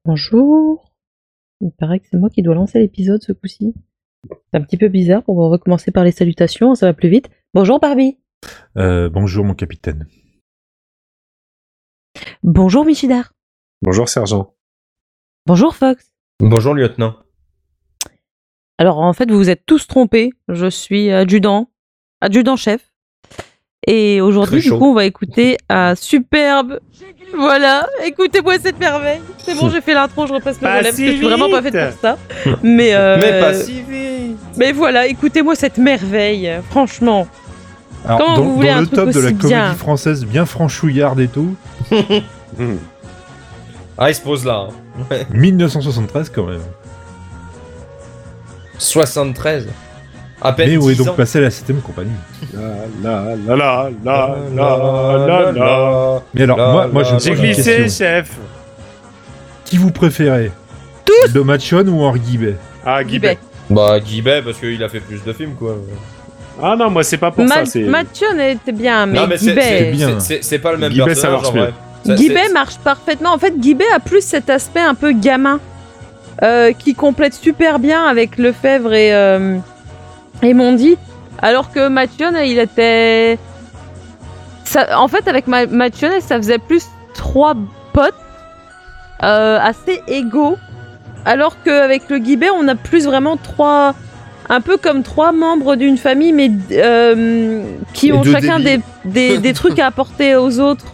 Bonjour. Il paraît que c'est moi qui dois lancer l'épisode ce coup-ci. C'est un petit peu bizarre. On va commencer par les salutations, ça va plus vite. Bonjour Barbie. Bonjour mon capitaine. Bonjour Michidar. Bonjour sergent. Bonjour Fox. Bonjour lieutenant. Alors en fait vous vous êtes tous trompés. Je suis adjudant-chef. Et aujourd'hui du coup on va écouter un superbe... Voilà, écoutez-moi cette merveille. C'est bon, j'ai fait l'intro, je repasse le relais parce que je suis vraiment pas faite pour ça. Mais pas si vite. Mais voilà, écoutez-moi cette merveille, franchement. Alors, Comment dans, vous voulez dans un le truc top de la aussi comédie bien française bien franchouillarde et tout, Ah, il se pose là. hein. 1973 quand même. 73. À peine Mais où est 10 donc ans. passée la 7ème compagnie? La. Mais alors, moi je me J'ai pose une glissé, question. chef. Qui vous préférez? Tous Aldo Machon ou Henri Guibet? Ah, Guibet. Bah, Guibet, parce qu'il a fait plus de films, quoi. Ah non, moi c'est pas pour ça. C'est Mathieu était bien, mais non, mais Guibet... bien. c'est pas le même Guibet, ça personnage, marche en vrai. Ça, Guibet c'est- marche parfaitement. En fait, Guibet a plus cet aspect un peu gamin qui complète super bien avec Lefebvre et Mondi. Alors que Mathieu, il était... En fait, avec Mathieu, ça faisait plus trois potes assez égaux. Alors qu'avec le Guibet, on a plus vraiment trois... Un peu comme trois membres d'une famille, mais qui Et ont deux chacun des trucs à apporter aux autres.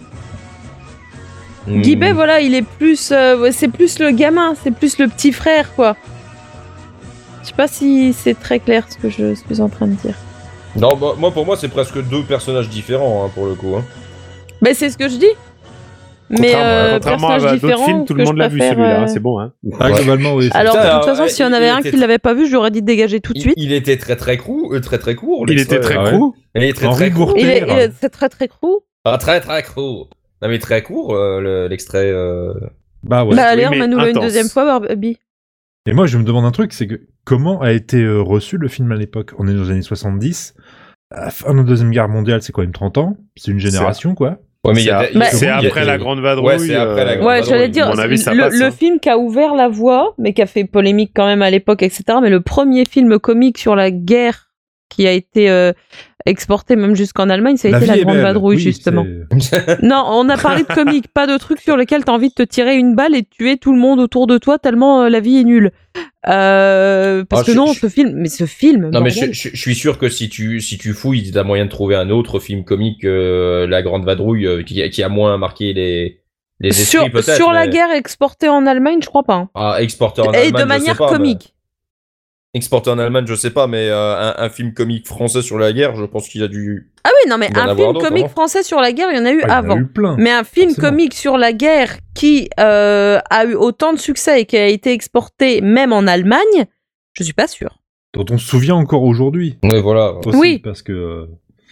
Hmm. Guibet, voilà, il est plus... c'est plus le gamin, c'est plus le petit frère, quoi. Je sais pas si c'est très clair ce que je suis en train de dire. Non, bah, pour moi, c'est presque deux personnages différents, hein, pour le coup. Hein. Mais c'est ce que je dis. Mais contrairement à personnages d'autres différents films, tout que le je monde l'a vu préfère, celui-là. C'est bon, hein. Ah, Ouais. globalement, oui. Alors, de Putain, toute façon, s'il y en avait un qui l'avait pas vu, je lui aurais dit de dégager tout de suite. Il était très court. Il était très Ah ouais. court. Il est Henri très court. Bourtet. C'est très très court. Ah, très court. Non, mais très court, l'extrait. Bah ouais. Bah allez, mais remets-nous-le une intense. deuxième fois, Barbie. Et moi je me demande un truc, c'est que comment a été reçu le film à l'époque? On est dans les années 70. À la fin de la Deuxième Guerre mondiale, c'est quand même 30 ans. C'est une génération, quoi. Ouais, mais il y a. il y a- C'est il y a- après la grande vadrouille. Ouais, c'est après la grande Ouais, vadrouille. j'allais dire, à mon avis, ça le passe, hein. film qui a ouvert la voie, mais qui a fait polémique quand même à l'époque, etc. Mais le premier film comique sur la guerre qui a été exporté même jusqu'en Allemagne, ça a été vie La est Grande belle. Vadrouille, Oui, justement. c'est- Non, on a parlé de comique, pas de trucs sur lesquels t'as envie de te tirer une balle et de tuer tout le monde autour de toi tellement la vie est nulle. Parce que non, ce film... Non, mais bordel. je suis sûr que si tu fouilles, t'as moyen de trouver un autre film comique que La Grande Vadrouille qui a moins marqué les esprits, peut-être. Sur la mais- guerre exportée en Allemagne, je crois pas. Hein. Ah, exporté en Et Allemagne, de je sais manière pas, mais- comique. Exporté en Allemagne, je sais pas, mais un film comique français sur la guerre, je pense qu'il a dû. Ah oui, non, mais Il doit en un avoir film d'autres, comique hein. français sur la guerre, il y en a eu Ah, il y en a avant. eu plein. Mais un film Forcément. comique sur la guerre qui a eu autant de succès et qui a été exporté même en Allemagne, je suis pas sûre. Dont on se souvient encore aujourd'hui. Ouais, voilà. Aussi, Oui. Parce que...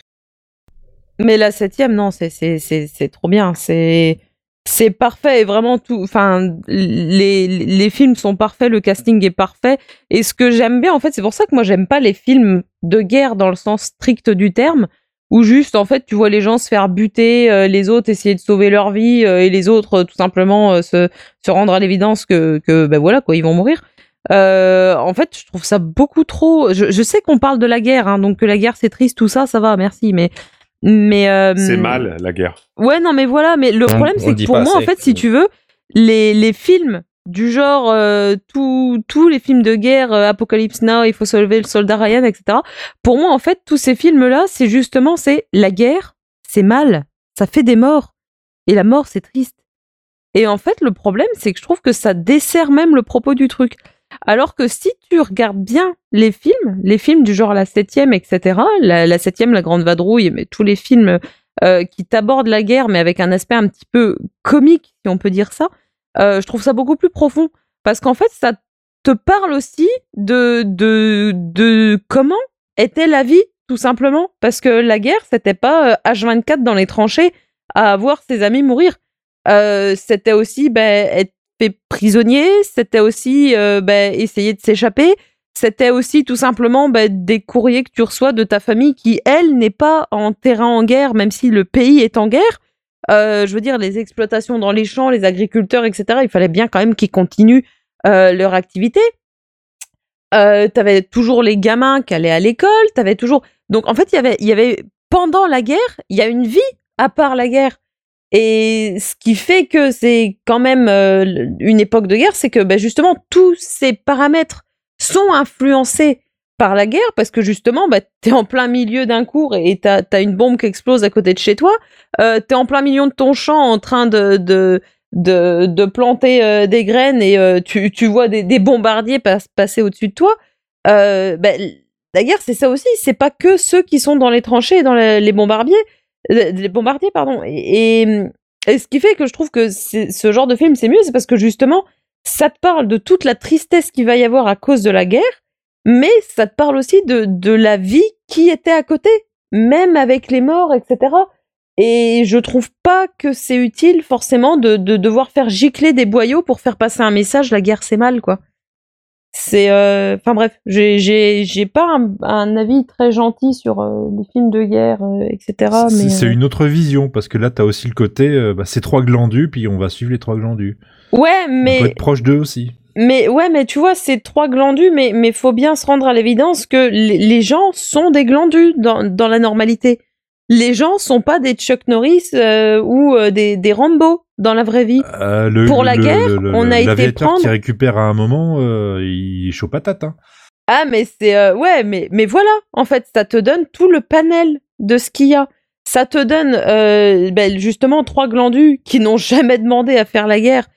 Mais la 7e, non, c'est trop bien. C'est parfait et vraiment tout. Enfin, les films sont parfaits, le casting est parfait. Et ce que j'aime bien, en fait, c'est pour ça que moi j'aime pas les films de guerre dans le sens strict du terme, où juste, en fait, tu vois les gens se faire buter, les autres essayer de sauver leur vie et les autres tout simplement se rendre à l'évidence que ben voilà quoi, ils vont mourir. En fait, je trouve ça beaucoup trop. Je sais qu'on parle de la guerre, hein, donc que la guerre c'est triste, tout ça, ça va, merci, mais C'est mal, la guerre. Ouais, non, mais voilà, mais le problème, on c'est le que dit pour pas moi, en assez, fait, si tu veux, les films du genre, tous les films de guerre, Apocalypse Now, Il faut sauver le soldat Ryan, etc. Pour moi, en fait, tous ces films-là, c'est justement, c'est la guerre, c'est mal, ça fait des morts, et la mort, c'est triste. Et en fait, le problème, c'est que je trouve que ça dessert même le propos du truc. Alors que si tu regardes bien les films du genre La 7e, etc., la 7e, La Grande Vadrouille, mais tous les films qui t'abordent la guerre, mais avec un aspect un petit peu comique, si on peut dire ça, je trouve ça beaucoup plus profond. Parce qu'en fait, ça te parle aussi de comment était la vie, tout simplement. Parce que la guerre, c'était pas H24 dans les tranchées à voir ses amis mourir. C'était aussi être fait prisonnier, c'était aussi essayer de s'échapper, c'était aussi tout simplement des courriers que tu reçois de ta famille qui, elle, n'est pas en terrain en guerre, même si le pays est en guerre. je veux dire, les exploitations dans les champs, les agriculteurs, etc., il fallait bien quand même qu'ils continuent leur activité. T'avais toujours les gamins qui allaient à l'école, t'avais toujours... Donc, en fait, il y avait pendant la guerre, il y a une vie à part la guerre. Et ce qui fait que c'est quand même une époque de guerre, c'est que justement, tous ces paramètres sont influencés par la guerre, parce que justement, t'es en plein milieu d'un cours et t'as une bombe qui explose à côté de chez toi, t'es en plein milieu de ton champ en train de planter des graines et tu vois des bombardiers passer au-dessus de toi. La guerre, c'est ça aussi, c'est pas que ceux qui sont dans les tranchées et dans les bombardiers, pardon. Et ce qui fait que je trouve que ce genre de film, c'est mieux, c'est parce que justement, ça te parle de toute la tristesse qu'il va y avoir à cause de la guerre, mais ça te parle aussi de la vie qui était à côté, même avec les morts, etc. Et je trouve pas que c'est utile forcément de devoir faire gicler des boyaux pour faire passer un message, la guerre c'est mal, quoi. C'est enfin bref, j'ai pas un avis très gentil sur les films de guerre, etc. Mais c'est une autre vision, parce que là t'as aussi le côté c'est 3 glandus, puis on va suivre les 3 glandus. Ouais, mais on peut être proche d'eux aussi. Mais tu vois, c'est 3 glandus, mais faut bien se rendre à l'évidence que les gens sont des glandus dans la normalité. Les gens sont pas des Chuck Norris ou des Rambo dans la vraie vie. Pour la guerre, on a été prendre... qui récupère à un moment, il est chaud patate. Hein. Ah, mais c'est... ouais, mais voilà, en fait, ça te donne tout le panel de ce qu'il y a. Ça te donne justement 3 glandus qui n'ont jamais demandé à faire la guerre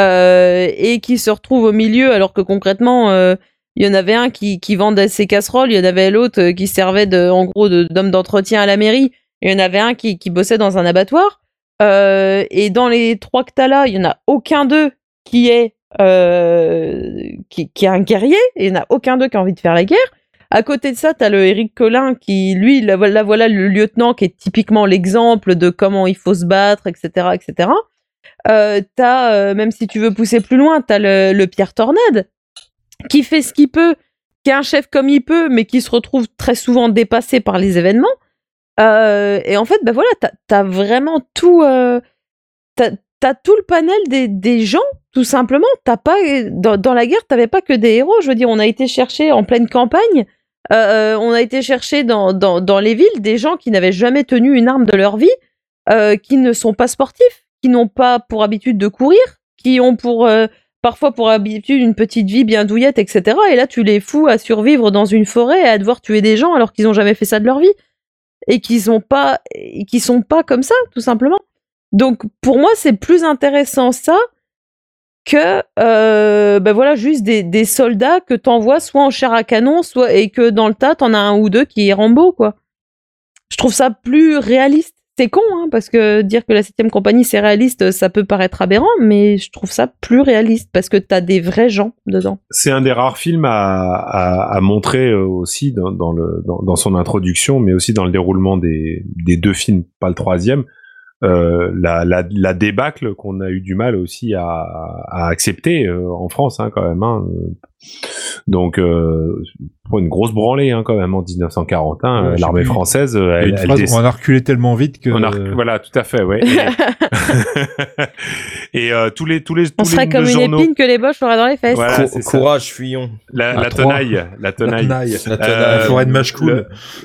et qui se retrouvent au milieu, alors que concrètement... il y en avait un qui vendait ses casseroles, il y en avait l'autre qui servait en gros d'homme d'entretien à la mairie, il y en avait un qui bossait dans un abattoir. Et dans les 3 que t'as là, il y en a aucun d'eux qui est un guerrier, et il y en a aucun d'eux qui a envie de faire la guerre. À côté de ça, t'as le Éric Collin qui, lui, voilà le lieutenant qui est typiquement l'exemple de comment il faut se battre, etc., etc. T'as, même si tu veux pousser plus loin, t'as le Pierre Tornade qui fait ce qu'il peut, qui est un chef comme il peut, mais qui se retrouve très souvent dépassé par les événements. Et en fait, voilà, t'as vraiment tout... t'as tout le panel des gens, tout simplement. T'as pas... Dans la guerre, t'avais pas que des héros. Je veux dire, on a été chercher en pleine campagne, on a été chercher dans les villes des gens qui n'avaient jamais tenu une arme de leur vie, qui ne sont pas sportifs, qui n'ont pas pour habitude de courir, qui ont parfois pour habitude une petite vie bien douillette, etc. Et là, tu les fous à survivre dans une forêt et à devoir tuer des gens alors qu'ils n'ont jamais fait ça de leur vie. Et qui sont pas comme ça, tout simplement. Donc, pour moi, c'est plus intéressant ça que voilà, juste des soldats que t'envoies soit en chair à canon, soit et que dans le tas, t'en as un ou deux qui est Rambo, quoi. Je trouve ça plus réaliste. C'est con, hein, parce que dire que la 7e compagnie c'est réaliste, ça peut paraître aberrant, mais je trouve ça plus réaliste parce que t'as des vrais gens dedans. C'est un des rares films à montrer aussi dans son introduction, mais aussi dans le déroulement des 2 films, pas le 3e, la débâcle qu'on a eu du mal aussi à accepter en France, hein, quand même. Hein. Donc, pour une grosse branlée, hein, quand même, en 1941, l'armée française... on a reculé tellement vite que... Voilà, tout à fait, ouais. Et tous les on serait comme une épine que les Boches auraient dans les fesses. Voilà, courage, fuyons. La tenaille. La forêt de Machecoul.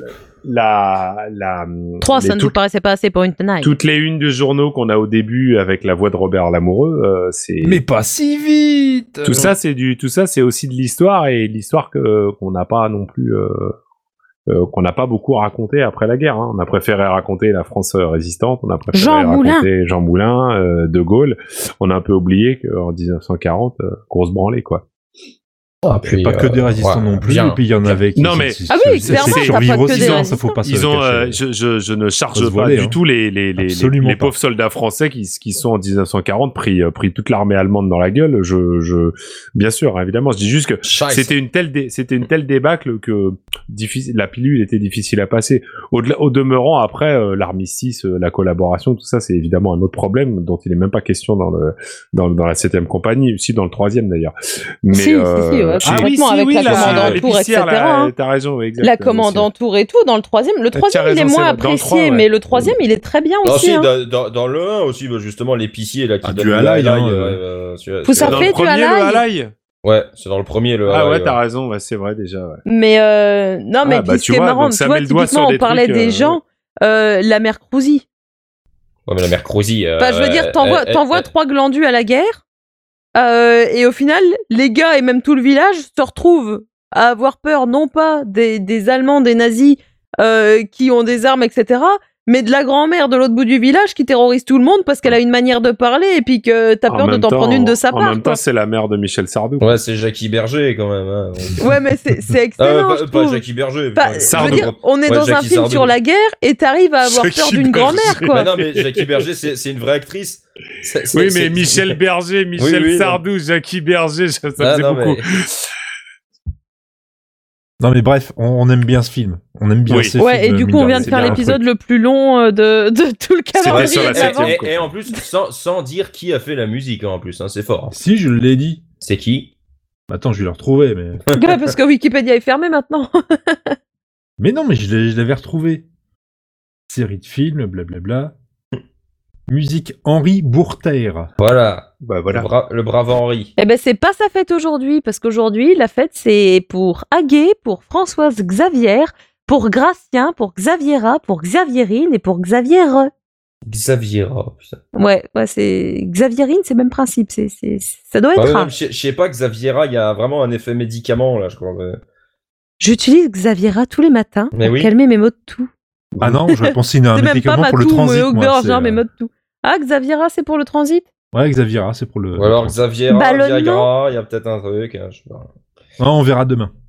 3, ça ne vous paraissait pas assez pour une tenaille. Toutes les unes de journaux qu'on a au début avec la voix de Robert Lamoureux, c'est... Mais pas si vite. Tout ça, c'est aussi de l'histoire, et l'histoire qu'on n'a pas non plus... qu'on n'a pas beaucoup raconté après la guerre. Hein. On a préféré raconter la France résistante, on a préféré raconter Jean Moulin, De Gaulle. On a un peu oublié qu'en 1940, grosse branlée, quoi. Ah, puis, pas que des résistants non plus, et puis il y en avait qui... Non, mais... Ah oui, clairement, t'as pas que des résistants. Ça faut pas je ne charge pas du tout les pauvres soldats français qui sont en 1940 pris toute l'armée allemande dans la gueule. Bien sûr, évidemment, je dis juste que c'était une telle débâcle que la pilule était difficile à passer. Au demeurant, après, l'armistice, la collaboration, tout ça, c'est évidemment un autre problème dont il est même pas question dans la 7e compagnie, aussi dans le 3e d'ailleurs. Mais, si, ouais. complètement avec la commande en tour, etc. T'as raison, oui, exactement. La commande en tour et tout, dans le troisième. Le troisième, il est moins apprécié, mais le troisième, il est très bien aussi. Dans le 1 aussi, justement, l'épicier là, qui donne du halaï. Ça fait du halaï. Ouais, c'est dans le premier, le halaï. Ah ouais, t'as raison, c'est vrai déjà. Ouais. Mais non, mais puis ce qui est marrant, tu vois, typiquement, on parlait des gens, la mère Crouzy. Ouais, mais la mère Crouzy... je veux dire, t'envoies 3 glandus à la guerre, et au final, les gars et même tout le village se retrouvent à avoir peur, non pas des Allemands, des nazis, qui ont des armes, etc., mais de la grand-mère de l'autre bout du village qui terrorise tout le monde parce qu'elle a une manière de parler et puis que t'as peur de t'en prendre une de sa part. En même temps, c'est la mère de Michel Sardou. Ouais, c'est Jackie Berger quand même. Hein. Ouais, mais c'est excellent. Pas Jackie Berger. Je veux dire, on est dans un film sur la guerre et t'arrives à avoir peur d'une grand-mère, quoi. Mais non, mais Jackie Berger, c'est une vraie actrice. Oui, mais Michel Berger, Michel Sardou, Jackie Berger, ça faisait beaucoup. Non mais bref, on aime bien ce film. On aime bien ces films. Ouais, et du coup, on vient de faire l'épisode le plus long de tout le calendrier. Et en plus, sans dire qui a fait la musique, en plus, hein, c'est fort. Si, je l'ai dit. C'est qui ? Attends, je vais le retrouver, mais... Ouais, parce que Wikipédia est fermé maintenant. Mais non, mais je l'avais retrouvé. Série de films, blablabla. Musique Henri Bourtère. Voilà. Bah voilà. Le brave Henri. Eh ben c'est pas sa fête aujourd'hui, parce qu'aujourd'hui la fête c'est pour Aguet, pour Françoise Xavier, pour Gratien, pour Xaviera, pour Xavierine et pour Xavière. Xaviera, putain. Ouais, c'est Xavierine, c'est le même principe, ça doit être rare. Je sais pas, Xaviera, il y a vraiment un effet médicament là, je crois. J'utilise Xaviera tous les matins pour calmer mes maux de toux. Ah non, je pensais à un médicament pour le transit. Mes maux de toux. Ah, Xaviera, c'est pour le transit ? Ouais, Xaviera, c'est pour le... Ou alors Xaviera, Viagra, il y a peut-être un truc. Je sais pas. Non, on verra demain.